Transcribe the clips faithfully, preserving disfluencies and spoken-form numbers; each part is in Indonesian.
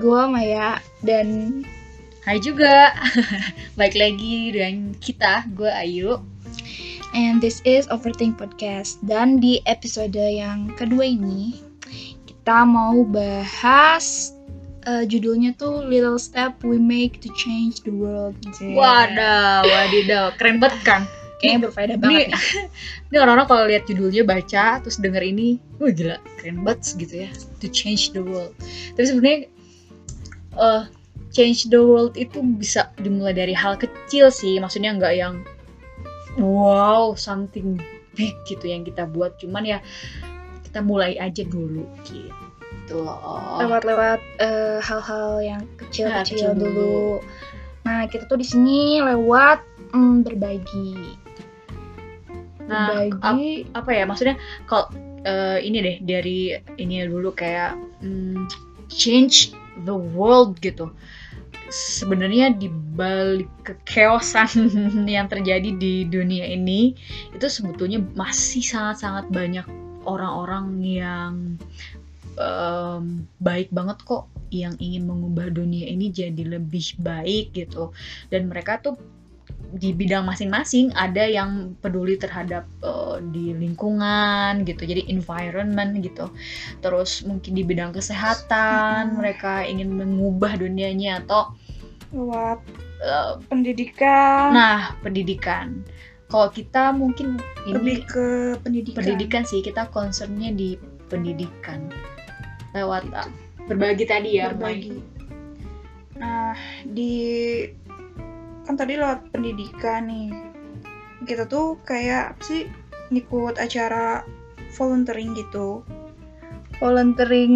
gue Maya dan Hai juga, balik lagi dengan kita, gue Ayu. And this is Overthink Podcast. Dan di episode yang kedua ini kita mau bahas uh, judulnya tuh Little Step We Make to Change the World. Wadaw, wadidaw, keren banget kan? Kayaknya berfaedah banget nih. Ini orang-orang kalau lihat judulnya baca terus denger ini, wah gila, keren banget gitu ya. To change the world. Tapi sebenarnya uh, change the world itu bisa dimulai dari hal kecil sih. Maksudnya nggak yang wow something big gitu yang kita buat. Cuman ya kita mulai aja dulu gitu loh. Lewat-lewat uh, hal-hal yang kecil-kecil Nah, dulu. Nah kita tuh di sini lewat mm, berbagi. Nah, Berbagi. ap- apa ya maksudnya kalau uh, ini deh dari ini dulu kayak mm, change the world gitu. Sebenarnya di balik kekeosan yang terjadi di dunia ini itu sebetulnya masih sangat-sangat banyak orang-orang yang um, baik banget kok yang ingin mengubah dunia ini jadi lebih baik gitu. Dan mereka tuh di bidang masing-masing ada yang peduli terhadap uh, di lingkungan gitu, jadi environment gitu. Terus mungkin di bidang kesehatan hmm. mereka ingin mengubah dunianya atau lewat uh, pendidikan. Nah, pendidikan. Kalau kita mungkin ini lebih ke pendidikan. Pendidikan sih, kita concernnya di pendidikan. Lewat gitu. Berbagi tadi ya, berbagi. Nah, di kan tadi lewat pendidikan nih. Kita tuh kayak apa sih ngikut acara volunteering gitu. Volunteering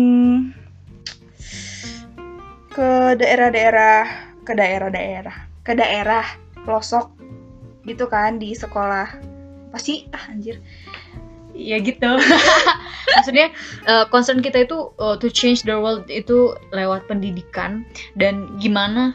ke daerah-daerah, ke daerah-daerah, ke daerah pelosok gitu kan di sekolah. Pasti ah anjir. Ya gitu. Maksudnya uh, concern kita itu uh, to change the world itu lewat pendidikan. Dan gimana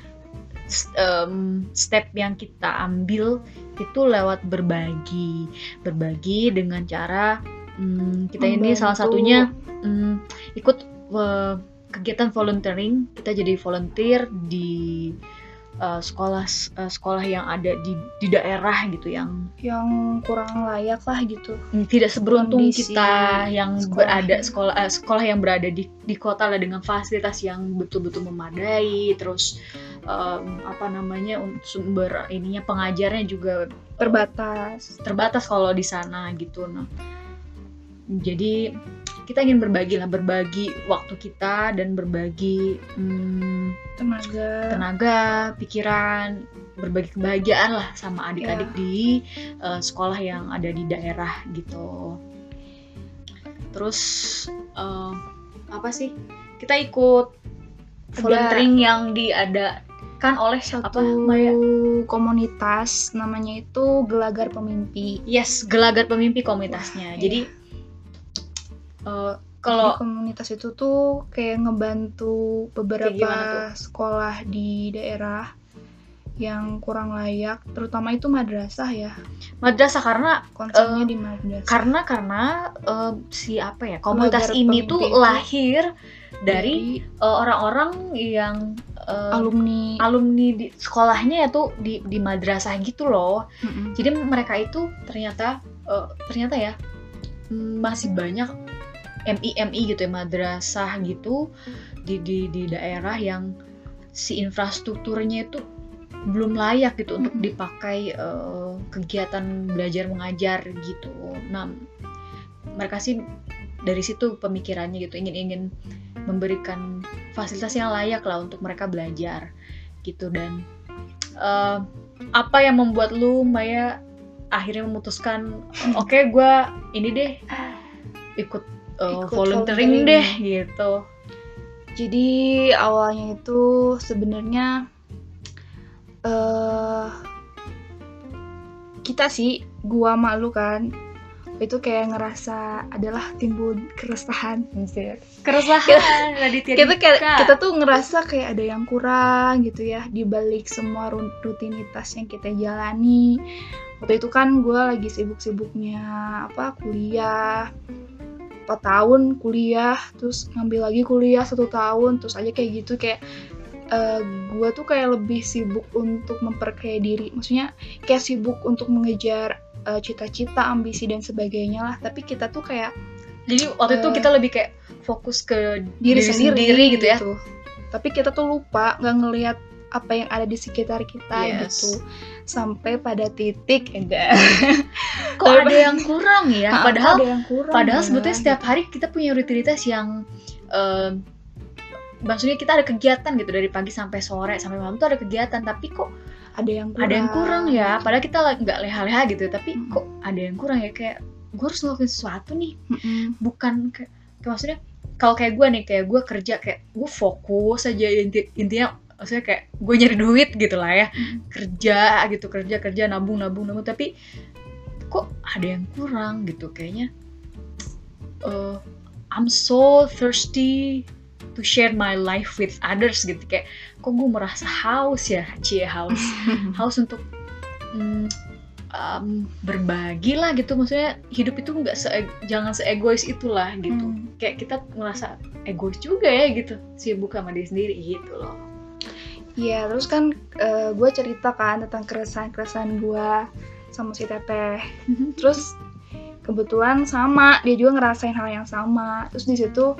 um, step yang kita ambil itu lewat berbagi. Berbagi dengan cara um, kita Membantu. Ini salah satunya um, ikut uh, kegiatan volunteering. Kita jadi volunteer di uh, sekolah uh, sekolah yang ada di di daerah gitu yang yang kurang layak lah gitu. Tidak seberuntung Kondisi kita yang sekolah. berada sekolah uh, sekolah yang berada di di kota lah dengan fasilitas yang betul-betul memadai. Terus um, apa namanya sumber ininya pengajarnya juga terbatas. Terbatas kalau di sana gitu. Nah, jadi kita ingin berbagi lah, berbagi waktu kita dan berbagi hmm, tenaga, tenaga, pikiran, berbagi kebahagiaan lah sama adik-adik ya. Di uh, sekolah yang ada di daerah gitu. Terus uh, apa sih? Kita ikut volunteering yang diadakan oleh satu apa, Maya? Komunitas namanya itu Gelagar Pemimpi. Yes, Gelagar Pemimpi komunitasnya. Wah, jadi iya. Uh, kalau komunitas itu tuh kayak ngebantu beberapa sekolah di daerah yang kurang layak, terutama itu madrasah ya. Madrasah karena konsepnya uh, di madrasah. Karena karena uh, si apa ya komunitas Gelagar ini tuh itu lahir dari, dari uh, orang-orang yang uh, alumni alumni di sekolahnya itu di di madrasah gitu loh. Mm-mm. Jadi mereka itu ternyata uh, ternyata ya masih banyak M I M I gitu ya, madrasah gitu di di di daerah yang si infrastrukturnya itu belum layak gitu mm-hmm. untuk dipakai uh, kegiatan belajar mengajar gitu. Nah, mereka sih dari situ pemikirannya gitu, ingin-ingin memberikan fasilitas yang layak lah untuk mereka belajar gitu. Dan uh, apa yang membuat lu Maya akhirnya memutuskan oke okay, gue ini deh ikut Uh, Ikut volunteering, volunteering deh gitu. Jadi awalnya itu sebenarnya uh, kita sih, gua malu kan, itu kayak ngerasa adalah timbul keresahan, keresahan. kita kayak kita tuh ngerasa kayak ada yang kurang gitu ya di balik semua rutinitas yang kita jalani. Waktu itu kan gue lagi sibuk-sibuknya apa kuliah. empat tahun kuliah, terus ngambil lagi kuliah satu tahun, terus aja kayak gitu. Kayak uh, gue tuh kayak lebih sibuk untuk memperkaya diri, maksudnya kayak sibuk untuk mengejar uh, cita-cita, ambisi dan sebagainya lah. Tapi kita tuh kayak jadi waktu uh, itu kita lebih kayak fokus ke diri, diri sendiri, sendiri gitu ya, gitu. Tapi kita tuh lupa nggak ngelihat apa yang ada di sekitar kita, yes. gitu. Sampai pada titik enggak kok ada yang kurang ya, padahal ada yang kurang padahal ya, sebetulnya setiap gitu. hari kita punya rutinitas yang uh, maksudnya kita ada kegiatan gitu dari pagi sampai sore sampai malam tuh ada kegiatan, tapi kok ada yang kurang, ada yang kurang ya, padahal kita nggak leha-leha gitu, tapi mm-hmm. kok ada yang kurang ya, kayak gue harus ngelakuin sesuatu nih, mm-hmm. bukan kayak, kayak maksudnya kalau kayak gue nih, kayak gue kerja kayak gue fokus aja, inti, intinya maksudnya kayak gue nyari duit gitu lah ya, hmm. kerja gitu, kerja kerja nabung nabung nabung, tapi kok ada yang kurang gitu kayaknya. uh, I'm so thirsty to share my life with others gitu, kayak kok gue merasa haus ya, cie haus haus untuk mm, um, berbagi lah gitu, maksudnya hidup itu nggak se jangan seegois itulah gitu, hmm. kayak kita ngerasa egois juga ya gitu, sibuk sama diri sendiri gitu loh. Iya, terus kan uh, gue cerita kan tentang keresahan-keresahan gue sama si Teteh. Mm-hmm. Terus kebetulan sama, dia juga ngerasain hal yang sama. Terus di situ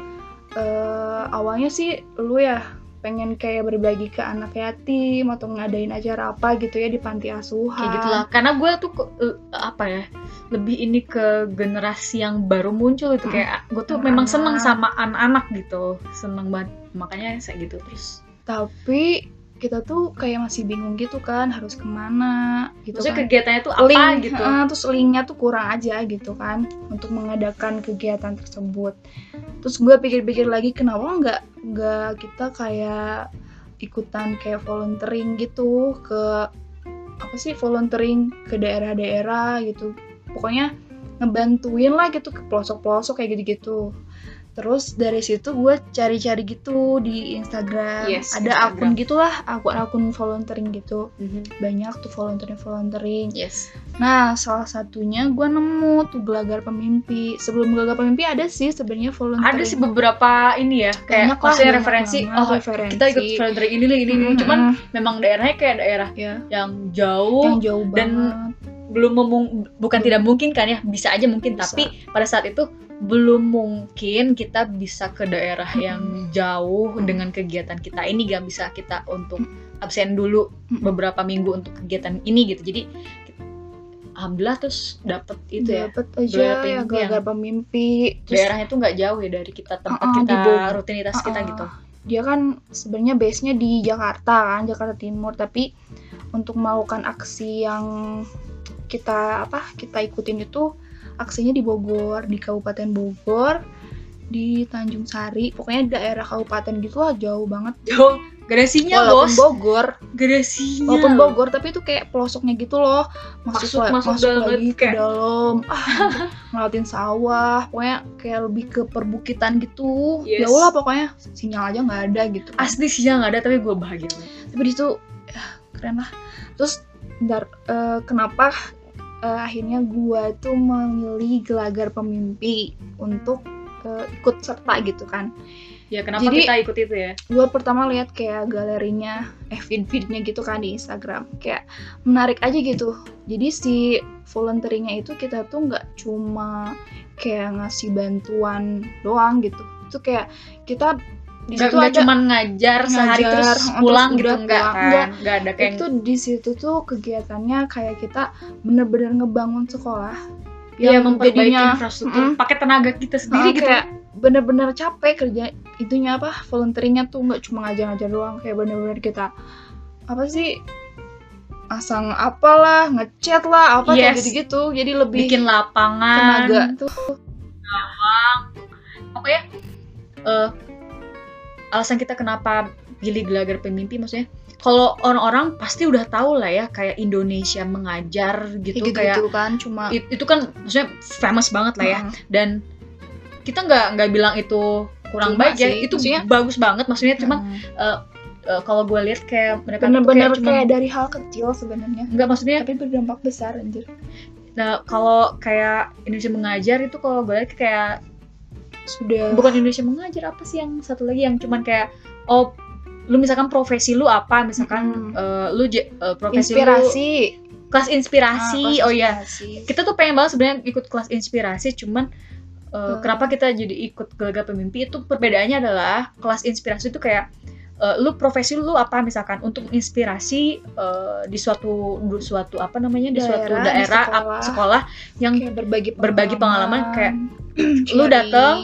uh, awalnya sih lu ya pengen kayak berbagi ke anak yatim atau ngadain acara apa gitu ya di panti asuhan. Kayak gitu lah, karena gue tuh uh, apa ya, lebih ini ke generasi yang baru muncul itu, kayak mm. gue tuh anak-anak. Memang seneng sama anak-anak gitu, seneng banget, makanya saya gitu terus. Tapi kita tuh kayak masih bingung gitu kan, harus kemana gitu. Maksudnya kan kegiatannya tuh apa link, gitu uh, terus linknya tuh kurang aja gitu kan untuk mengadakan kegiatan tersebut. Terus gue pikir-pikir lagi, kenapa nggak nggak kita kayak ikutan kayak volunteering gitu, ke apa sih, volunteering ke daerah-daerah gitu, pokoknya ngebantuin lah gitu ke pelosok-pelosok kayak gitu-gitu. Terus dari situ gue cari-cari gitu di Instagram, yes, ada Instagram. akun gitulah, akun-akun volunteering gitu, mm-hmm. banyak tuh volunteering-volunteering. Yes. Nah, salah satunya gue nemu tuh Gelagar Pemimpi. Sebelum Gelagar Pemimpi ada sih sebenarnya volunteering. Ada sih beberapa ini ya, kayak maksudnya referensi, oh referensi. Kita ikut volunteering ini nih, ini nih. Mm-hmm. Cuman memang daerahnya kayak daerah yeah. yang jauh, yang jauh dan banget. belum memung- bukan belum. Tidak mungkin kan ya, bisa aja mungkin, bisa. Tapi pada saat itu belum mungkin kita bisa ke daerah hmm. yang jauh hmm. dengan kegiatan kita ini, gak bisa kita untuk absen dulu hmm. beberapa minggu untuk kegiatan ini gitu. Jadi alhamdulillah terus dapet itu dapet ya, aja ya Gelagar Pemimpi. Terus daerahnya tuh nggak jauh ya dari kita, tempat uh-uh, kita rutinitas uh-uh. kita gitu. Dia kan sebenarnya base-nya di Jakarta kan, Jakarta Timur, tapi untuk melakukan aksi yang kita apa kita ikutin itu aksinya di Bogor, di Kabupaten Bogor, di Tanjung Sari, pokoknya daerah kabupaten gitu lah, jauh banget. Jauh, gak ada sinyal walaupun bos. Bogor, gak ada sinyal. Walaupun Bogor, tapi itu kayak pelosoknya gitu loh, masuk masuk, masuk, masuk lagi kayak... ke dalam, ah, ngeliatin sawah, pokoknya kayak lebih ke perbukitan gitu, yes. Jauh lah pokoknya, sinyal aja nggak ada gitu. Asli sinyal nggak ada, tapi gue bahagia. Tapi di situ, ya, keren lah. Terus, bentar, uh, kenapa? Uh, akhirnya gue tuh memilih Gelagar Pemimpi untuk uh, ikut serta gitu kan. Ya kenapa Jadi, kita ikut itu ya? Gue pertama lihat kayak galerinya, eh feed-feednya gitu kan di Instagram, kayak menarik aja gitu. Jadi si volunteeringnya itu kita tuh nggak cuma kayak ngasih bantuan doang gitu. Itu kayak kita di situ nggak cuma ngajar sehari terus pulang gitu, enggak kan, enggak, enggak ada kayak itu di situ tuh kegiatannya kayak kita bener-bener ngebangun sekolah yang ya, memperbaiki infrastruktur, mm, pakai tenaga kita sendiri uh, gitu, kayak bener-bener capek kerja itunya apa volunteeringnya tuh nggak cuma ngajar-ngajar doang, kayak bener-bener kita apa sih asang apalah, ngecat lah apa yes. kayak gitu-gitu, jadi lebih bikin lapangan tenaga tuh lawang, pokoknya uh, alasan kita kenapa pilih Gelagar Pemimpi, maksudnya kalau orang-orang pasti udah tahu lah ya, kayak Indonesia mengajar gitu, gitu, kayak gitu kan, cuma it, itu kan maksudnya famous banget lah ya, uh-huh. dan kita nggak nggak bilang itu kurang cuma baik ya, itu maksudnya, bagus banget, maksudnya cuma uh-huh. uh, uh, kalau gue lihat kayak mereka bener-bener kayak, kayak dari hal kecil sebenarnya, nggak maksudnya, tapi berdampak besar anjir. Nah kalau kayak Indonesia mengajar itu kalau gue lihat kayak sudah bukan Indonesia mengajar, apa sih yang satu lagi yang cuman kayak oh lu misalkan profesi lu apa, misalkan Mm-mm. uh, lu j- uh, profesi inspirasi. lu kelas inspirasi. Ah, kelas Oh iya, inspirasi. kita tuh pengen banget sebenarnya ikut kelas inspirasi, cuman uh, Uh. kenapa kita jadi ikut Gelagar Pemimpi itu perbedaannya adalah kelas inspirasi itu kayak uh, lu profesi lu apa, misalkan untuk inspirasi uh, di suatu di suatu apa namanya di suatu Daerah, di daerah sekolah. ap- sekolah yang Kayak berbagi pengalaman, berbagi pengalaman, kayak lu sharing. dateng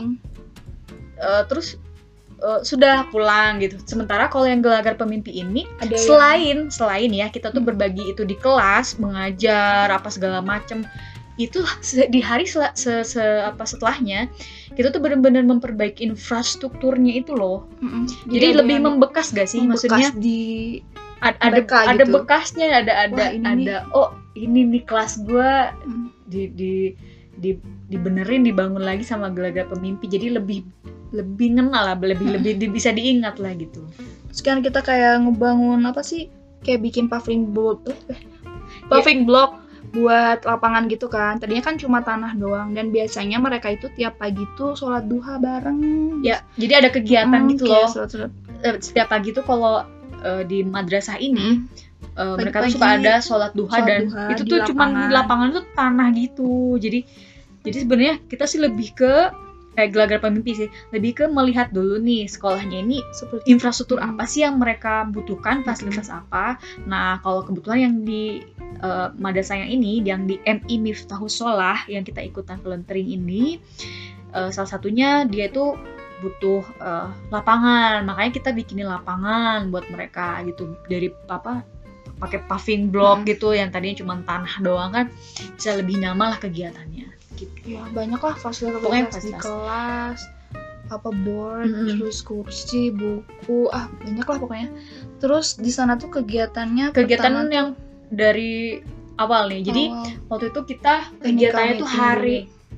uh, terus uh, sudah pulang gitu. Sementara kalau yang Gelagar Pemimpi ini Ada yang- selain selain ya kita tuh Hmm. berbagi itu di kelas, mengajar apa segala macem, itu se- di hari sel- se- se- apa setelahnya kita tuh benar-benar memperbaiki infrastrukturnya itu loh. Mm-mm. Jadi, ada lebih yang membekas gak sih, membekas maksudnya di ad- ada mereka ada gitu. bekasnya, ada ada Wah, ini ada oh ini nih kelas gua Mm. di di di dibenerin, dibangun lagi sama Gelagar Pemimpi, jadi lebih lebih ngena lah, lebih Hmm. lebih di- bisa diingat lah gitu. Terus kan kita kayak ngebangun apa sih, kayak bikin paving block eh, paving block buat lapangan gitu kan. Tadinya kan cuma tanah doang, dan biasanya mereka itu tiap pagi tuh sholat duha bareng. Ya, jadi ada kegiatan Hmm, gitu kayak loh. sholat-sholat. Eh, Setiap pagi tuh kalau eh, di madrasah ini eh, mereka tuh Pagi-pagi suka ada sholat duha, sholat dan duha itu di tuh cuman lapangan. di lapangan tuh tanah gitu. Jadi jadi sebenarnya kita sih lebih ke eh, Gelagar Pemimpi sih, lebih ke melihat dulu nih sekolahnya ini Seperti infrastruktur Hmm. apa sih yang mereka butuhkan, fasilitas apa. Nah, kalau kebetulan yang di uh, madrasah yang ini, yang di M I Miftahus Sholah yang kita ikutan volunteering ini, uh, salah satunya dia itu butuh uh, lapangan, makanya kita bikinin lapangan buat mereka gitu, dari apa pakai paving block Hmm. gitu, yang tadinya cuma tanah doang kan bisa lebih nyaman lah kegiatannya gitu. ya banyak lah fasilitas Pokoknya di fasilitas. kelas, apa board, Mm-mm. terus kursi, buku, ah banyak lah pokoknya. Terus di sana tuh kegiatannya Kegiatan pertama yang dari awal nih, jadi awal- waktu itu kita Technical kegiatannya tuh meeting hari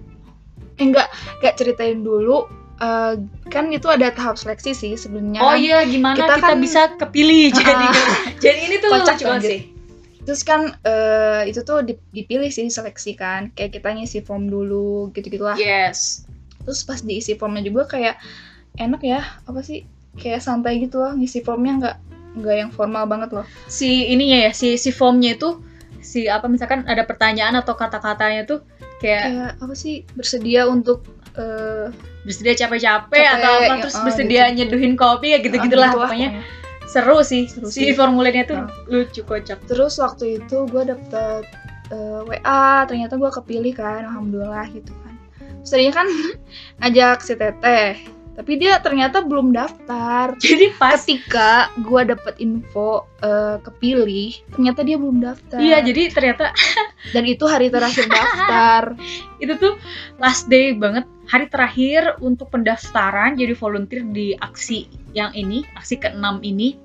eh enggak enggak ceritain dulu. Eh, kan itu ada tahap seleksi sih sebenarnya. oh kan. iya gimana kita kita, kan- bisa kepilih jadi jadi ini tuh Kocak lucu banget banget. sih. Terus kan eh, itu tuh di- dipilih sih, seleksi kan, kayak kita ngisi form dulu gitu-gitulah. Yes. Terus pas diisi formnya juga kayak enak ya, apa sih, kayak santai gitu loh ngisi formnya, nggak nggak yang formal banget loh. Si ininya ya, si si formnya itu si apa misalkan ada pertanyaan atau kata-katanya tuh kayak Kayak apa sih, bersedia untuk eh, bersedia capek-capek Capek, atau apa, ya, terus oh, bersedia gitu. nyeduhin kopi ya gitu-gitulah gitu lah pokoknya. Seru sih, Seru si sih. formulirnya tuh Nah. lucu, kocak. Terus waktu itu gue dapet eh, W A, ternyata gue kepilih kan, alhamdulillah gitu kan. Terus tadinya kan ngajak si Teteh, tapi dia ternyata belum daftar. Jadi pas Ketika gue dapet info eh, kepilih, ternyata dia belum daftar. iya, jadi ternyata Dan itu hari terakhir daftar. itu tuh last day banget, hari terakhir untuk pendaftaran jadi volunteer di aksi yang ini, aksi keenam ini.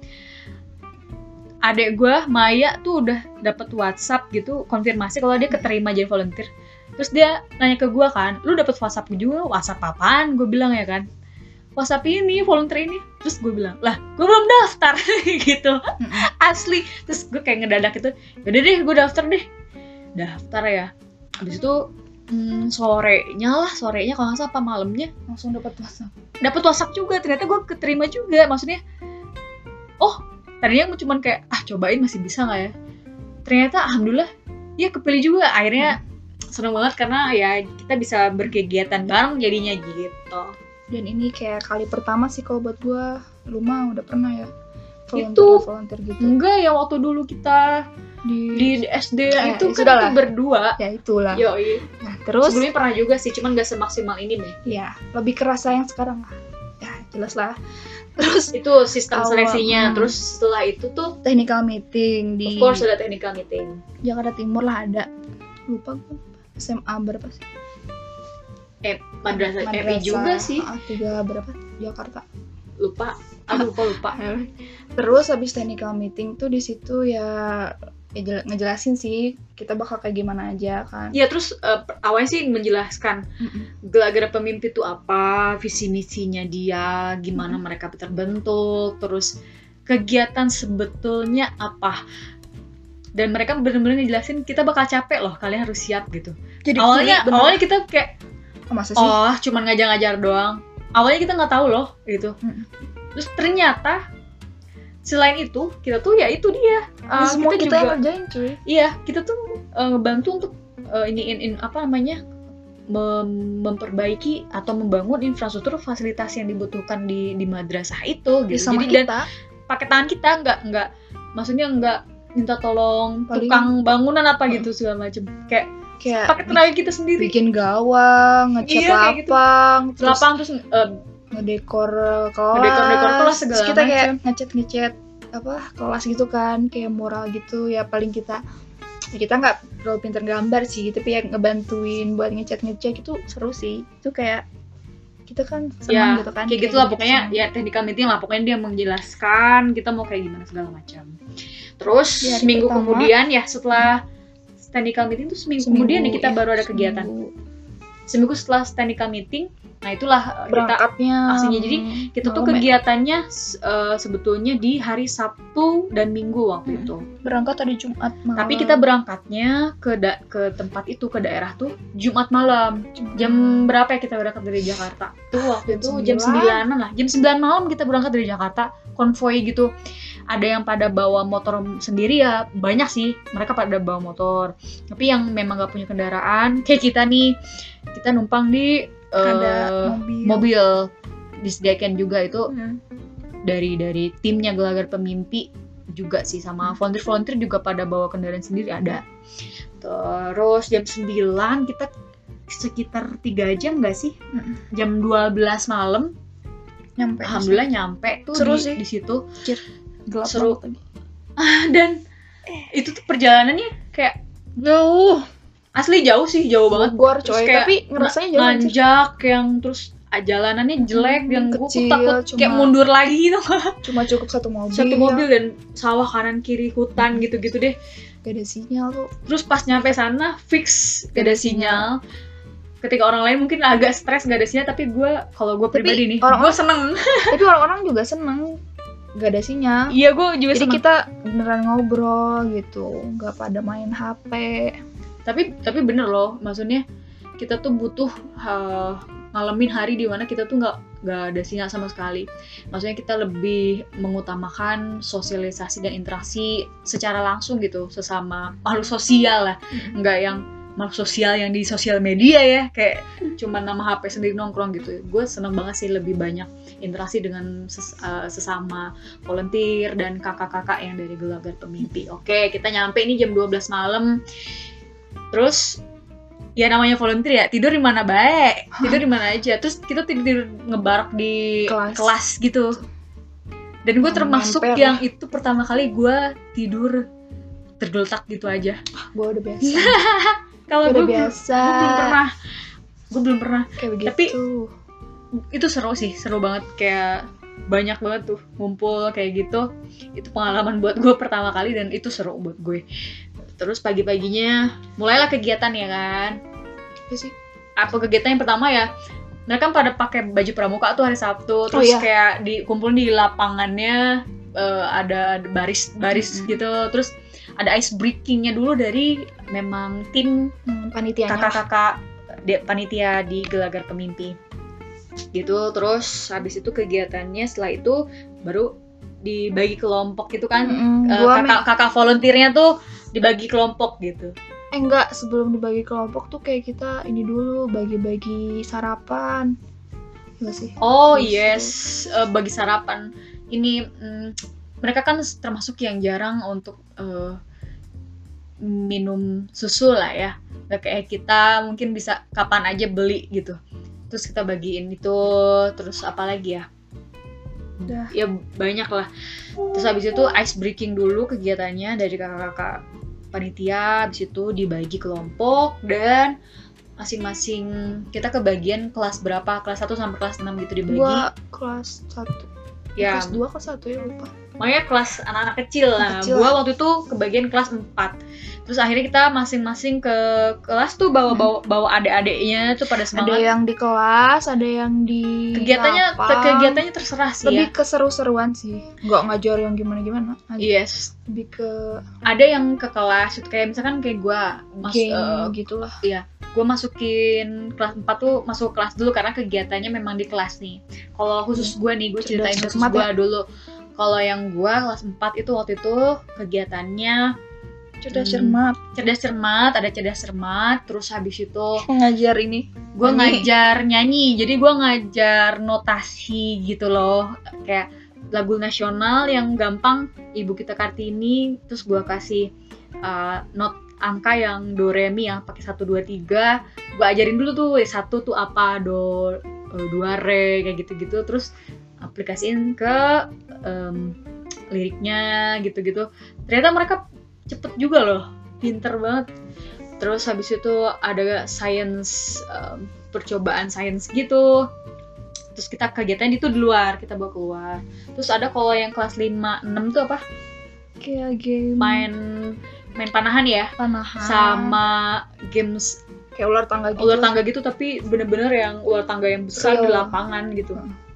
Adek gue Maya tuh udah dapet WhatsApp gitu konfirmasi kalau dia keterima jadi volunteer. Terus dia nanya ke gue kan, lu dapet WhatsApp juga? WhatsApp apaan? Gue bilang ya kan, WhatsApp ini, volunteer ini. Terus gue bilang, lah gue belum daftar gitu. Mm-mm. Asli. Terus gue kayak ngedadak gitu, yaudah deh gue daftar deh. Daftar ya. Habis itu hmm, sorenya lah, sorenya kalau nggak salah apa malamnya Langsung dapat WhatsApp. dapat WhatsApp juga, ternyata gue keterima juga. Maksudnya, oh tadinya gue cuman kayak ah cobain masih bisa nggak ya, ternyata alhamdulillah ya kepilih juga. Akhirnya seneng banget karena ya kita bisa berkegiatan bareng jadinya gitu. Dan ini kayak kali pertama sih kalau buat gue. Lu mah udah pernah ya volunteer Itu- volunteer gitu Enggak ya, waktu dulu kita di, di S D Eh, itu ya kan sudah kita lah. berdua. ya itulah. Yoi. Nah, terus Sebelumnya pernah juga sih, cuman gak semaksimal ini deh. ya lebih kerasa yang sekarang lah. Ya jelas lah. Terus Itu sistem Awal, seleksinya. hmm. Terus setelah itu tuh technical meeting di of course ada technical meeting. Jakarta Timur lah ada. Lupa gue S M A berapa sih? Eh, madrasah M I Madrasah, juga sih. ah, tiga berapa? Jakarta. Lupa. Aduh, lupa lupa. Terus habis technical meeting tuh di situ ya, ya jel- ngejelasin sih kita bakal kayak gimana aja kan. Ya terus eh, awalnya sih menjelaskan Mm-mm. Gelagar Pemimpi itu apa, visi misinya dia, gimana mereka terbentuk, terus kegiatan sebetulnya apa. Dan mereka benar-benar ngejelasin kita bakal capek loh, kalian harus siap gitu. Jadi awalnya kulit, bener. awalnya kita kayak Oh, masa sih? Oh, cuman ngajar-ngajar doang. Awalnya kita nggak tahu loh gitu. Mm. Terus ternyata selain itu kita tuh ya itu dia. Uh, Uh, semua kita, kita juga, yang ngerjain cuy. Iya, kita tuh uh, ngebantu untuk uh, ini in, in apa namanya mem- memperbaiki atau membangun infrastruktur fasilitas yang dibutuhkan di di madrasah itu gitu. Ya, sama Jadi kita. dan pakai tangan kita nggak nggak maksudnya nggak minta tolong Paling- tukang bangunan apa gitu segala macem. Kayak Kayak pakai tenaga kita sendiri. bikin gawang, ngecat Iya, kayak gitu. lapang, terus Lapang terus uh, ngedekor kelas, Ngedekor-dekor kelas segala terus kita kayak macam. ngecat-ngecat apa kelas gitu kan, kayak mural gitu ya. Paling kita ya kita nggak terlalu pinter gambar sih, tapi ya ngebantuin buat ngecat-ngecat itu seru sih. Itu kayak kita kan senang ya gitu kan, kayak gitulah gitu pokoknya senang. ya technical meeting lah pokoknya dia menjelaskan kita mau kayak gimana segala macam. Terus Di hari seminggu pertama. kemudian ya setelah technical meeting tuh seminggu, Seminggu, kemudian ya kita ya, baru ada kegiatan. seminggu. Seminggu setelah technical meeting, nah itulah uh, kita Berangkatnya aksinya. Jadi kita tuh malam ya. kegiatannya uh, sebetulnya di hari Sabtu dan Minggu waktu Hmm. itu. berangkat hari Jumat malam. Tapi kita berangkatnya ke da- ke tempat itu ke daerah tuh Jumat malam. Jam berapa ya kita berangkat dari Jakarta? Tuh waktu Jam itu jam sembilan. sembilanan lah. Jam sembilan malam kita berangkat dari Jakarta, konvoy gitu. Ada yang pada bawa motor sendiri ya, banyak sih. Mereka pada bawa motor. Tapi yang memang gak punya kendaraan, kayak kita nih, kita numpang di Ada eh, mobil. mobil. Disediakan juga itu Hmm. dari dari timnya Gelagar Pemimpi juga sih, sama volunteer-volunteer juga pada bawa kendaraan sendiri ada. Terus jam sembilan kita sekitar tiga jam nggak sih? Mm-mm. Jam dua belas malam Nyampe. alhamdulillah nyampe tuh Seru di, sih. di situ. Gelap seru. banget lagi. Dan itu tuh perjalanannya kayak Jauh. asli jauh sih, jauh banget. Bogor Terus coy, kayak tapi ngerasanya jauh aja. nanjak yang terus ah, jalanannya jelek Hmm, yang gue kecil, takut cuma- kayak mundur lagi gitu. Cuma cukup satu mobil. Satu mobil dan sawah kanan kiri hutan gitu-gitu deh. Gak ada sinyal tuh. Terus pas nyampe sana fix gak ada sinyal. Ketika orang lain mungkin agak stres gak ada sinyal, tapi gue kalau gue Tapi pribadi nih, orang- gue seneng. Tapi orang-orang juga seneng. Gak ada sinyal. Iya gue juga Jadi seneng. kita beneran ngobrol gitu, nggak pada main H P. Tapi tapi bener loh, maksudnya kita tuh butuh uh, ngalamin hari di mana kita tuh nggak nggak ada sinyal sama sekali. Maksudnya kita lebih mengutamakan sosialisasi dan interaksi secara langsung gitu, sesama makhluk sosial lah, nggak yang makhluk sosial yang di sosial media ya, kayak cuma nama H P sendiri nongkrong gitu. Gue seneng banget sih lebih banyak interaksi dengan ses- uh, sesama volunteer dan kakak-kakak yang dari Gelagar Pemimpi. Oke, kita nyampe ini jam dua belas malam. Terus ya namanya volunteer ya, tidur di mana baik, tidur di mana aja. Terus kita tidur ngebarak di Kelas. kelas, gitu. Dan gue termasuk Memper. yang itu pertama kali gue tidur tergeletak gitu aja. Gue udah biasa. Kalau Udah gue biasa. gue belum pernah, gue belum pernah. Kayak begitu. Tapi itu seru sih, seru banget, kayak banyak banget tuh ngumpul kayak gitu. Itu pengalaman buat gue pertama kali dan itu seru buat gue. Terus pagi-paginya mulailah kegiatan ya kan. Apa sih? Apa kegiatan yang pertama ya? Mereka kan pada pakai baju pramuka tuh hari Sabtu, terus iya. kayak dikumpul di lapangannya, eh, ada baris-baris Mm-mm. gitu. Terus ada ice breakingnya dulu dari memang tim Hmm, panitianya. kakak-kakak de- panitia di Gelagar Pemimpi gitu. Terus habis itu kegiatannya setelah itu baru dibagi kelompok gitu kan. Mm-mm, Eh, gua kakak kakak volunteernya tuh dibagi kelompok gitu. Eh enggak, sebelum dibagi kelompok tuh kayak kita ini dulu bagi-bagi sarapan. Iya sih. Oh Terus yes, eh, bagi sarapan ini mm, mereka kan termasuk yang jarang untuk eh, minum susu lah ya. Nggak kayak kita mungkin bisa kapan aja beli gitu. Terus kita bagiin itu, terus apa lagi ya? Udah. Ya banyak lah. Terus habis itu ice breaking dulu kegiatannya dari kakak-kakak panitia. Habis itu dibagi kelompok dan masing-masing kita kebagian kelas berapa, kelas satu sampai kelas enam gitu dibagi. Gua kelas satu. Ya, Kelas dua kelas satu ya lupa. makanya kelas anak-anak kecil lah. Kecil. Gua waktu itu kebagian kelas empat. Terus akhirnya kita masing-masing ke kelas tuh bawa-bawa bawa adik-adiknya tuh pada Ada semangat. yang di kelas, ada yang di Kegiatannya lapang. te- kegiatannya terserah sih lebih ya. ke seru-seruan sih, nggak ngajar yang gimana-gimana. Yes. Lebih ke Ada yang ke kelas itu kayak misalkan kayak gua mas game eh, gitulah. iya, gue masukin kelas empat tuh masuk kelas dulu karena kegiatannya memang di kelas nih. Kalau khusus gue nih, gue Cerdas ceritain khusus cermat gue ya? dulu. Kalau yang gue kelas empat itu waktu itu kegiatannya Cerdas Hmm. cermat, cerdas cermat, ada cerdas cermat, terus habis itu mengajar ini. gue Nyanyi. ngajar nyanyi, jadi gue ngajar notasi gitu loh, kayak lagu nasional yang gampang Ibu Kita Kartini, terus gue kasih uh, not angka yang do re mi yang pakai satu dua tiga, gue ajarin dulu tuh satu tuh apa, do uh, dua re kayak gitu-gitu, terus aplikasiin ke um, liriknya gitu-gitu. Ternyata mereka cepet juga loh, pinter banget. Terus habis itu ada science, um, percobaan sains gitu. Terus kita kegiatan itu di luar, kita bawa keluar. Terus ada kalau yang kelas lima enam tuh apa? Kayak game Main main panahan ya, panahan sama games kayak ular tangga gitu. ular tangga gitu, tapi bener-bener yang ular tangga yang besar di Real. lapangan gitu.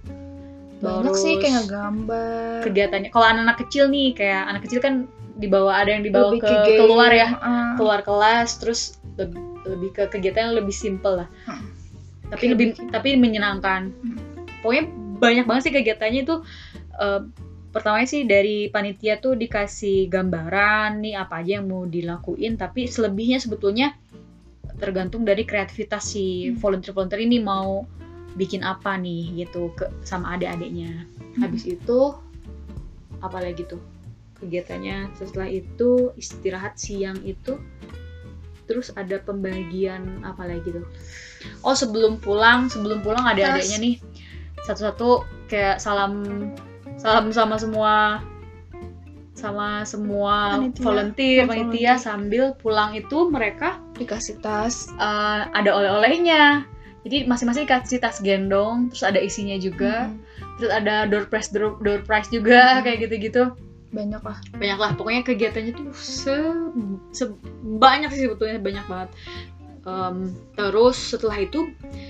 Banyak sih kayak ngegambar. Kegiatannya. Kalau anak-anak kecil nih, kayak anak kecil kan dibawa, ada yang dibawa Lebih ke game. keluar ya, Uh, keluar kelas, terus lebih, lebih ke kegiatan yang lebih simple lah. Hmm. Tapi Kayak lebih bikin. tapi menyenangkan. Hmm. Pokoknya banyak banget sih kegiatannya itu. Uh, pertamanya sih dari panitia tuh dikasih gambaran nih apa aja yang mau dilakuin, tapi selebihnya sebetulnya tergantung dari kreativitas si Hmm. volunteer-volunteer ini mau bikin apa nih gitu ke sama adik-adiknya. Hmm. Habis itu apa lagi tuh kegiatannya? Setelah itu istirahat siang itu, terus ada pembagian apa lagi tuh? Oh, sebelum pulang, sebelum pulang adik-adiknya nih satu-satu kayak salam salam sama semua sama semua Panitia. volunteer, Oh, panitia, volunteer. sambil pulang itu mereka dikasih tas. uh, ada oleh-olehnya. Jadi masing-masing dikasih tas gendong, terus ada isinya juga. Hmm. Terus ada door prize door, door prize juga, Hmm. kayak gitu-gitu. Banyak lah. Banyak lah, pokoknya kegiatannya tuh se, se- banyak sih sebetulnya, banyak banget. Um, terus setelah itu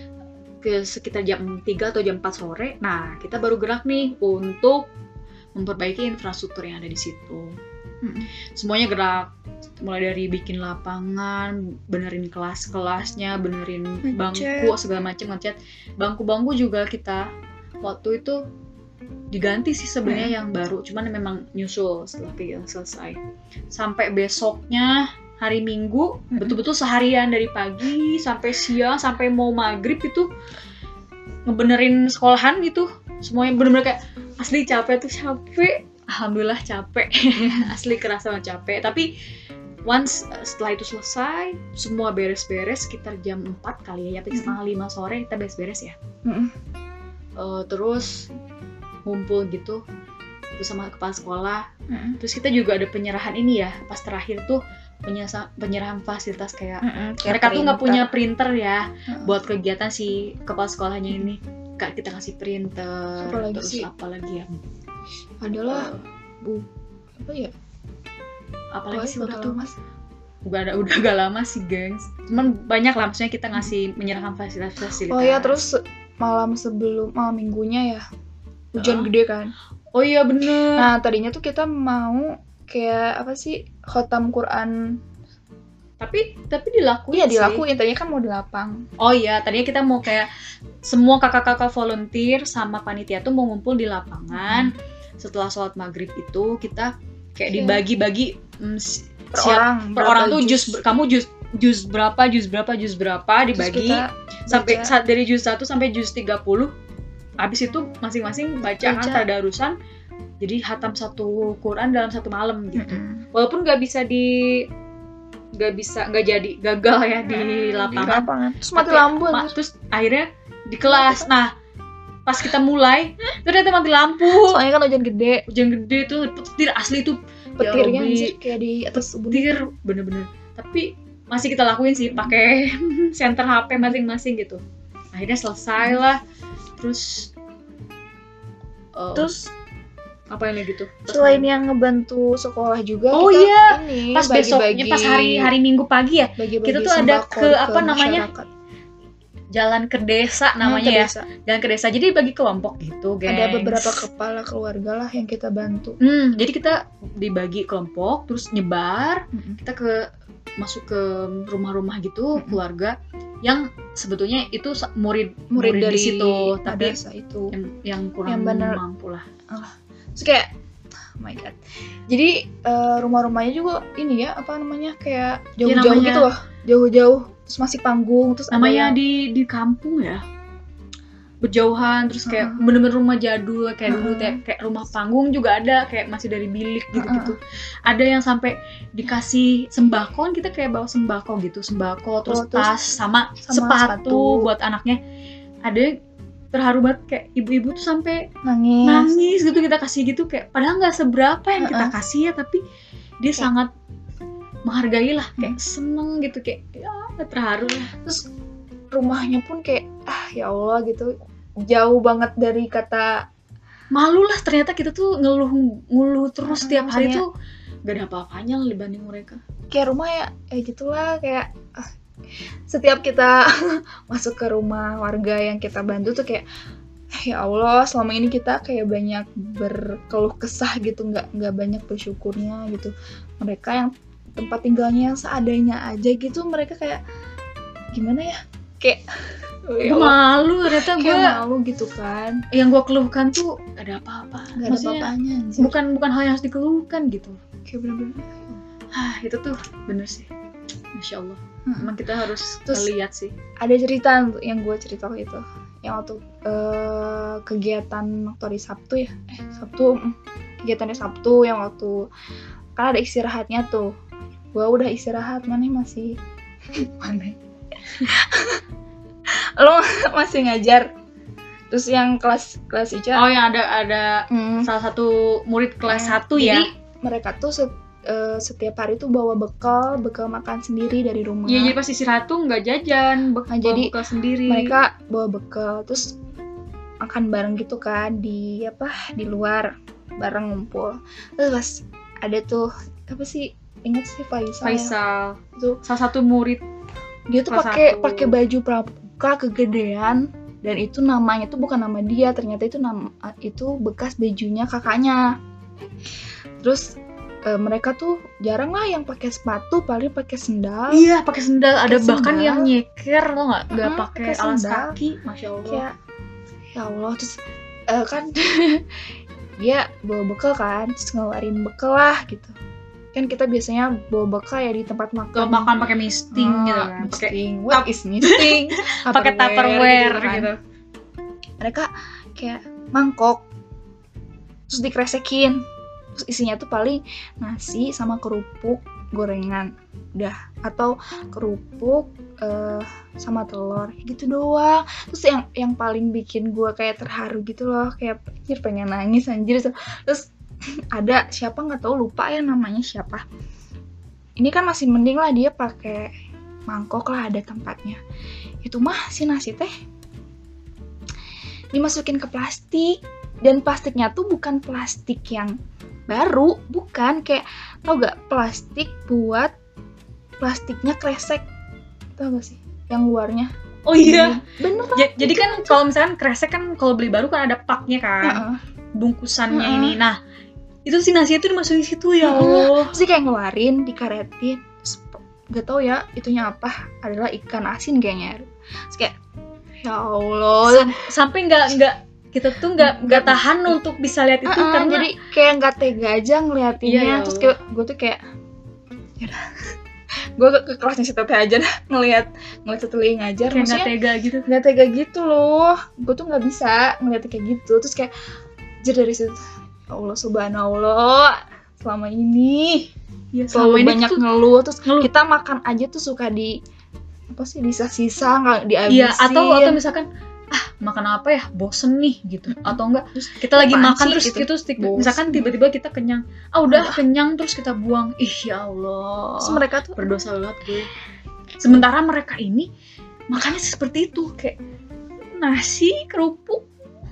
ke sekitar jam tiga atau jam empat sore, nah kita baru gerak nih untuk memperbaiki infrastruktur yang ada di situ. Hmm. Semuanya gerak, mulai dari bikin lapangan, benerin kelas-kelasnya, benerin Ngecat. bangku, segala macam, ngecat. Bangku-bangku juga kita waktu itu diganti sih sebenarnya Hmm. yang baru, cuman memang nyusul setelah kegiatan selesai. Sampai besoknya hari Minggu, Hmm. betul-betul seharian dari pagi sampai siang sampai mau maghrib itu ngebenerin sekolahan gitu. Semuanya bener-bener kayak asli capek tuh, capek. Alhamdulillah capek. Asli kerasa banget capek, tapi once uh, setelah itu selesai, semua beres-beres sekitar jam empat kali ya, ya setengah lima sore kita beres-beres ya. Hmm. Uh, terus ngumpul gitu terus sama kepala sekolah. Hmm. Terus kita juga ada penyerahan ini ya, pas terakhir tuh penyesa- penyerahan fasilitas kayak Hmm. mereka tuh nggak punya printer ya Hmm. buat kegiatan si kepala sekolahnya ini. Kak, kita kasih printer, Apalagi terus sih? apa lagi ya? Adalah bu apa ya? Apalagi sih waktu udah itu? lama sih. Udah ada udah gak lama sih, gengs. Cuman banyak lah, maksudnya kita ngasih menyerahkan fasilitas-fasilitas. Oh ya, terus malam sebelum malam minggunya ya hujan Oh. gede kan. Oh iya bener. Nah tadinya tuh kita mau kayak apa sih, khotam Quran. tapi tapi dilakuin Iya sih. dilakuin, tadinya kan mau di lapang. Oh iya, tadinya kita mau kayak semua kakak-kakak volunteer sama panitia tuh mau ngumpul di lapangan. Setelah sholat maghrib itu kita kayak Iya. dibagi-bagi mm, si- Per siap- orang per berapa orang tuh jus. jus ber- kamu jus jus berapa jus berapa jus berapa Terus dibagi kita sampai baca. saat dari jus satu sampai jus tiga puluh. Habis itu masing-masing baca kan Baca. tadarusan. Jadi hatam satu Quran dalam satu malam gitu. Mm-mm. Walaupun nggak bisa di nggak bisa nggak jadi gagal ya di Di lapangan. lapangan. Terus mati Tapi, lampu ma- anjir. terus akhirnya di kelas. Nah, pas kita mulai ternyata mati lampu. Soalnya kan hujan gede. Hujan gede tuh, petir asli tuh. Petirnya Robby, anjir kayak di atas ubun. petir bener-bener. Tapi masih kita lakuin sih pakai center H P masing-masing gitu. Akhirnya selesai lah. Terus uh, Terus Apa yang gitu? Selain yang ngebantu sekolah juga, oh kita iya ini pas bagi-bagi, besoknya pas hari hari Minggu pagi ya, bagi-bagi kita tuh ada sembako ke apa namanya masyarakat. jalan ke desa namanya Hmm, ke ya desa. jalan ke desa jadi bagi kelompok gitu gengs. Ada beberapa kepala keluarga lah yang kita bantu. hmm, jadi kita dibagi kelompok terus nyebar Mm-mm. kita ke masuk ke rumah-rumah gitu Mm-mm. keluarga yang sebetulnya itu sa- murid Murid murid dari di situ tapi madrasah itu. yang, yang kurang Yang bener- mampu lah. Terus kayak oh my god. Jadi eh, rumah-rumahnya juga ini ya apa namanya kayak jauh-jauh namanya- gitu loh. Jauh-jauh terus masih panggung terus Namanya ada yang, di di kampung ya berjauhan terus kayak Uh-uh. bener-bener rumah jadul kayak dulu Uh-uh. kayak, kayak rumah panggung juga ada kayak masih dari bilik gitu-gitu. Ada yang sampai dikasih sembako kan kita kayak bawa sembako gitu sembako terus Oh, terus tas sama, sama sepatu, sepatu. buat anaknya. Ada yang terharu banget kayak ibu-ibu tuh sampai nangis. nangis gitu kita kasih gitu kayak padahal nggak seberapa yang kita Uh-uh. kasih ya tapi dia Kayak- sangat menghargai lah kayak seneng gitu kayak ya terharu lah. Terus rumahnya pun kayak ah ya Allah gitu jauh banget dari kata Malu lah ternyata kita tuh ngeluh ngeluh terus Mm, setiap hari maksudnya- tuh gak ada apa-apanya lah dibanding mereka. kayak rumah ya eh gitulah kayak ah, setiap kita masuk ke rumah warga yang kita bantu tuh kayak ya Allah selama ini kita kayak banyak berkeluh kesah gitu nggak nggak banyak bersyukurnya gitu. Mereka yang tempat tinggalnya yang seadanya aja gitu mereka kayak gimana ya kayak Gue ya Allah, malu ternyata gue kayak malu gitu kan yang gue keluhkan tuh gak ada apa-apa. nggak ada Maksudnya apa-apanya anjir. bukan bukan hal yang harus dikeluhkan gitu. Kayak bener-bener Ah itu tuh bener sih. Masya Allah. Hmm. Emang kita harus Terus- lihat sih. ada cerita yang gue cerita waktu itu yang waktu eh, kegiatan waktu hari Sabtu ya eh Sabtu mm, kegiatannya Sabtu yang waktu kan ada istirahatnya tuh gue udah istirahat mana masih mana lo masih ngajar terus yang kelas kelas Ica Oh yang ada ada mm, salah satu murid kelas Nah, satu ya. jadi mereka tuh set- eh, setiap hari tuh bawa bekal bekal makan sendiri dari rumah. Iya jadi pas istirahat tuh nggak jajan, bek- Nah, bawa jadi bekal sendiri. Mereka bawa bekal terus makan bareng gitu kan di apa di luar bareng ngumpul. Terus pas ada tuh apa sih inget sih Faisal. ya? Faisal, Tuh salah satu murid. dia tuh kelas pakai satu. pakai baju pramuka kegedean dan itu namanya tuh bukan nama dia ternyata itu nama itu bekas bajunya kakaknya. Terus eh, mereka tuh jarang lah yang pakai sepatu paling pakai sendal. Iya, pakai sendal. Ada Pakai bahkan sendal. yang nyeker lo nggak nggak Mm-mm, pakai pakai alas sendal. kaki, masya Allah. Kayak ya Allah terus eh, kan dia bawa bekal kan terus ngeluarin bekal lah gitu kan kita biasanya bawa bekal ya di tempat makan Kalau makan pakai misting Ah, gitu kan, pakai misting. What is misting? pakai tupperware kan. gitu. Mereka kayak mangkok terus dikresekin terus isinya tuh paling nasi sama kerupuk gorengan udah atau kerupuk eh, sama telur gitu doang. Terus yang yang paling bikin gue kayak terharu gitu loh kayak anjir pengen nangis anjir. Terus ada siapa nggak tahu lupa ya namanya siapa. Ini kan masih mending lah dia pakai mangkok lah ada tempatnya. Itu mah si nasi teh dimasukin ke plastik dan plastiknya tuh bukan plastik yang baru, bukan kayak tau gak plastik buat plastiknya kresek, tau gak sih yang luarnya? Oh iya. Bener kan? Ja- jadi kan kalau misalkan kresek kan kalau beli baru kan ada paknya kan, Heeh. bungkusannya Heeh. ini. Nah itu si nasinya tuh dimasukin situ ya Heeh. Allah. Terus dia kayak ngeluarin, dikaretin, terus gak tau ya itunya apa, adalah ikan asin kayaknya. Terus kayak ya Allah. Sam- sampai nggak nggak kita tuh nggak nggak tahan untuk bisa lihat itu Uh-uh, karena jadi kayak nggak tega aja ngeliatinnya. Iya, ya Terus Allah. kayak gue tuh kayak gue ke, ke kelasnya si Tete aja dah ngeliat ngeliat Tete lagi ngajar, kayak nggak maksudnya tega gitu. nggak tega gitu loh. Gue tuh nggak bisa ngeliat kayak gitu. Terus kayak jadi dari situ ya Allah subhanallah selama ini Ya, selalu banyak tuh, ngeluh. Terus ngeluh. kita makan aja tuh suka di apa sih sisa-sisa nggak dihabisin. Iya, atau atau misalkan ah makan apa ya bosen nih gitu, atau enggak Terus kita lagi apaan makan sih terus gitu? gitu, stick, Bosen. misalkan tiba-tiba kita kenyang, ah udah kenyang terus kita buang, ih ya Allah, Terus mereka tuh berdosa banget gue. Sementara mereka ini makannya seperti itu, kayak nasi kerupuk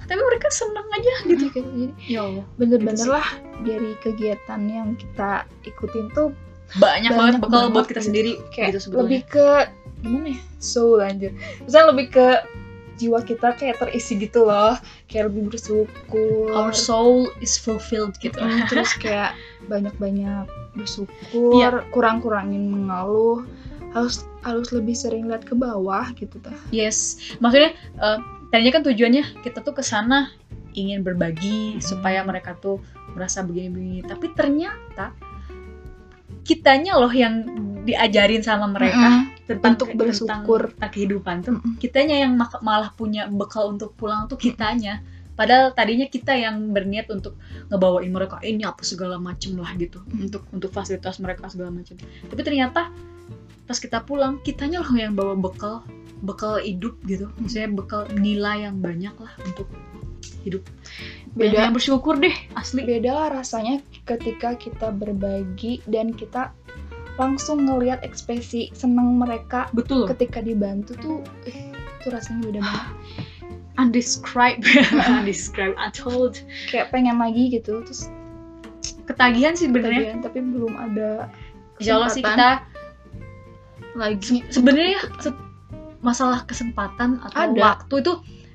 tapi mereka senang aja gitu. gitu. Jadi Ya Allah, bener-bener Gitu sih. lah dari kegiatan yang kita ikutin tuh banyak, banget Banyak bekal banget buat kita gitu. sendiri kayak gitu sebetulnya. lebih ke gimana ya, soul anjir, misalnya lebih ke jiwa kita kayak terisi gitu loh, kayak lebih bersyukur. Our soul is fulfilled gitu. Mm, terus kayak banyak-banyak bersyukur, Iya. kurang-kurangin mengeluh, harus harus lebih sering lihat ke bawah gitu tah. Yes, maksudnya uh, tadinya kan tujuannya kita tuh kesana ingin berbagi Hmm. supaya mereka tuh merasa begini-begini, tapi ternyata kitanya loh yang diajarin sama mereka Mm-mm. tentang Untuk ke- bersyukur. tentang, tentang kehidupan tuh. Mm-mm. Kitanya yang mak- malah punya bekal untuk pulang tuh kitanya. Padahal tadinya kita yang berniat untuk ngebawain mereka ini apa segala macem lah gitu, Mm. untuk untuk fasilitas mereka segala macam. Tapi ternyata pas kita pulang kitanya loh yang bawa bekal bekal hidup gitu, maksudnya bekal nilai yang banyak lah untuk hidup. Banyak Beda. yang bersyukur deh asli. Beda lah rasanya ketika kita berbagi dan kita langsung ngelihat ekspresi senang mereka Betul. ketika dibantu tuh, eh, itu rasanya beda banget. Undescribed, undescribed, untold. Kayak pengen lagi gitu, terus Ketagihan sih sebenarnya. ketagihan, tapi belum ada Insya Allah sih kesempatan kita lagi. sebenarnya se- masalah kesempatan atau Ada. waktu itu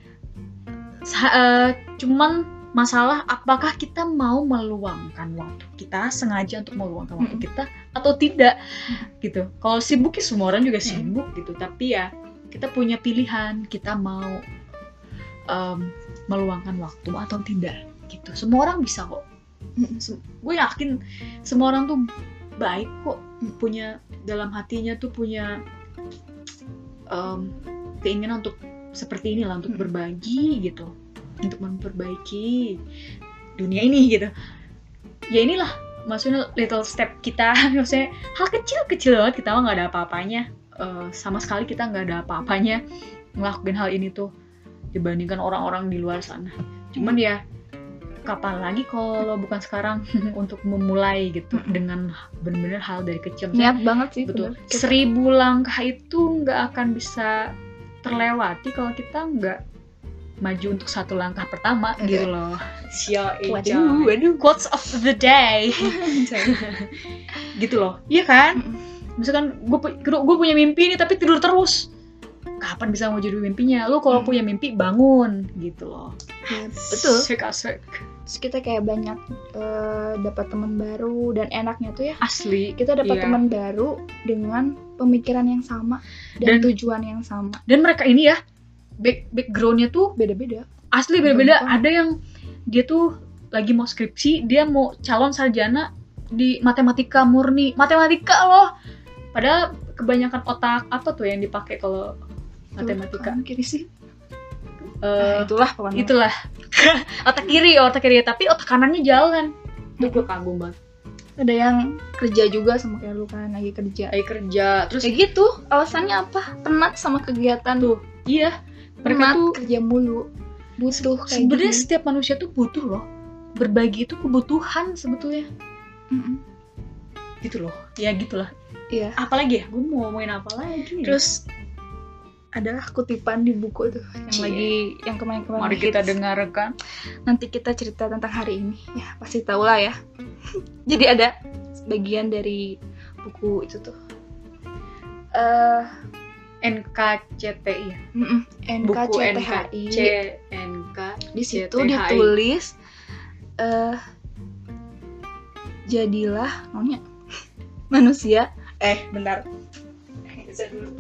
sa- eh, cuman masalah apakah kita mau meluangkan waktu kita, sengaja untuk meluangkan waktu Mm-mm. kita atau tidak gitu. Kalau sibuk ya semua orang juga sibuk gitu, tapi ya kita punya pilihan, kita mau em, meluangkan waktu atau tidak gitu. Semua orang bisa kok. Mm-mm. Sem- gue yakin semua orang tuh baik kok, punya dalam hatinya tuh punya em, keinginan untuk seperti inilah, untuk Hmm. berbagi gitu, untuk memperbaiki dunia ini gitu. Ya inilah maksudnya little step kita, maksudnya hal kecil-kecil banget, kita mah nggak ada apa-apanya. Eh, sama sekali kita nggak ada apa-apanya ngelakuin hal ini tuh dibandingkan orang-orang di luar sana. Cuman ya kapan lagi kalau bukan sekarang untuk memulai gitu Mm-mm. dengan benar-benar hal dari kecil. Misalnya, Niat banget sih, betul. bener. Kita- Seribu langkah itu nggak akan bisa terlewati kalau kita nggak maju untuk satu langkah pertama Oke. gitu loh. Sia Waduh, waduh. Quotes of the day. Gitu loh. Iya kan? Mm-mm. Misalkan gue gue punya mimpi nih tapi tidur terus. Kapan bisa mewujudin mimpinya? Lu kalau Hmm. punya mimpi bangun gitu loh. Ya, betul. Asik, asik. Terus kita kayak banyak eh, dapat teman baru, dan enaknya tuh ya Asli. kita dapat Iya. teman baru dengan pemikiran yang sama dan, Dan- tujuan yang sama. Dan mereka ini ya back backgroundnya tuh Beda-beda. asli beda-beda. Banyak banget. Ada yang dia tuh lagi mau skripsi, dia mau calon sarjana di matematika murni. Matematika loh. Padahal kebanyakan otak apa tuh yang dipakai kalau matematika? Kanan kiri sih. Eh, Nah, itulah pokoknya. itulah. Otak kiri, otak kiri, tapi otak kanannya jalan. Itu gue kagum banget. Ada yang kerja juga sama kayak lu kan, lagi kerja. Lagi kerja, terus Kayak gitu, alasannya apa? Penat sama kegiatan tuh. iya, mereka Penat tuh kerja mulu. Butuh kayak sebenarnya gini. setiap manusia tuh butuh loh. Berbagi itu kebutuhan sebetulnya. Mm-mm. Gitu loh. Ya gitulah. Iya. Apalagi ya? Gue mau ngomongin apa lagi? ya? Terus adalah kutipan di buku tuh yang Cie. lagi yang kemarin-kemarin Mari kita hits. dengarkan. Nanti kita cerita tentang hari ini. Ya, pasti tahu lah ya. Jadi ada bagian dari buku itu tuh. Eh, N K C T I ya? mm-mm, Buku N K N K C T H I. C N K Di situ C T H I. ditulis eh jadilah namanya manusia. Eh, bentar. Bisa dulu.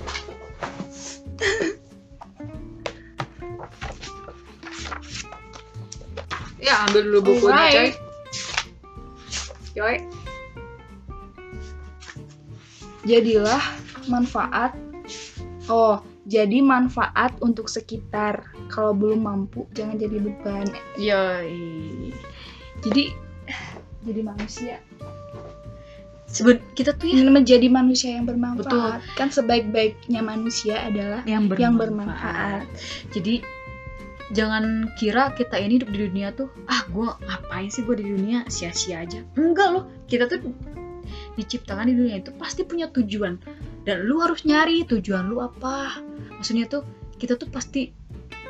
Ya, ambil dulu bukunya, coy. Alright. Coy. Jadilah manfaat. Oh, jadi manfaat untuk sekitar. Kalau belum mampu, jangan jadi beban. Yoi. Jadi jadi manusia. Seben kita tuh ya Ingin menjadi manusia yang bermanfaat. Betul. Kan sebaik-baiknya manusia adalah yang bermanfaat. yang bermanfaat. Jadi jangan kira kita ini hidup di dunia tuh, ah gue ngapain sih gue di dunia, sia-sia aja. Enggak loh, kita tuh diciptakan di dunia itu pasti punya tujuan. Dan lu harus nyari tujuan lu apa. Maksudnya tuh kita tuh pasti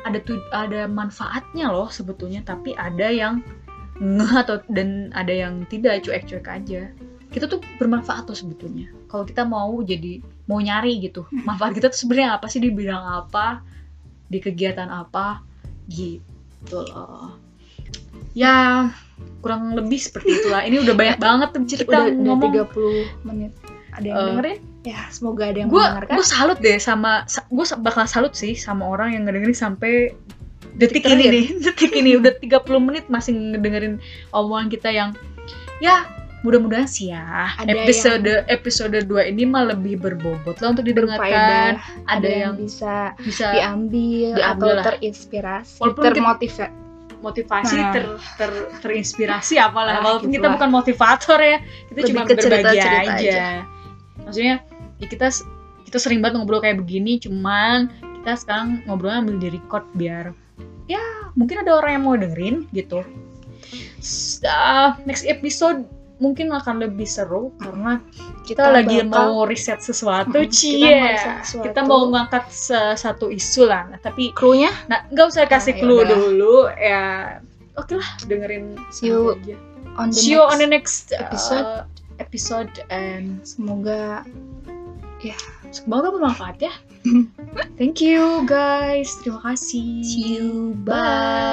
ada tuh ada manfaatnya loh sebetulnya, tapi ada yang ngeh atau dan ada yang tidak, cuek-cuek aja. Kita tuh bermanfaat tuh sebetulnya kalau kita mau jadi mau nyari gitu manfaat kita tuh sebenarnya apa sih di bidang apa, di kegiatan apa gitu loh ya, kurang lebih seperti itulah. Ini udah banyak banget tuh kita udah, ngomong udah tiga puluh menit. Ada yang Uh, dengerin? Ya, semoga ada yang gue mendengarkan. gue salut deh sama gue bakal salut sih sama orang yang ngedengerin sampai detik Terakhir. ini nih detik ini udah tiga puluh menit masih ngedengerin omongan kita yang ya mudah-mudahan sih ya Ada episode yang- episode dua ini mah lebih berbobot lah untuk didengarkan. Berfaedah, Ada, ada yang yang bisa bisa diambil, diambil atau lah. terinspirasi, Walaupun kita- termotivasi. motivasi Nah. ter, ter terinspirasi apalah, Ah, walaupun gitu kita lah. bukan motivator ya, kita Lebih cuma ke berbagi cerita-cerita aja. aja. Maksudnya ya kita kita sering banget ngobrol kayak begini, cuman kita sekarang ngobrolnya ambil di record biar ya mungkin ada orang yang mau dengerin gitu. S- uh, next episode mungkin akan lebih seru karena kita, Kita lagi bakal- mau riset sesuatu, Mm-mm, cie. kita mau riset sesuatu. Kita mau ngangkat se- satu isu lah, nah, tapi Clue-nya nah nggak usah kasih Nah, clue yaudah. dulu ya. Oke lah, dengerin See you aja. on the See you next on the next uh, episode. episode and Semoga semoga bermanfaat ya. Thank you guys, terima kasih. see you. Bye.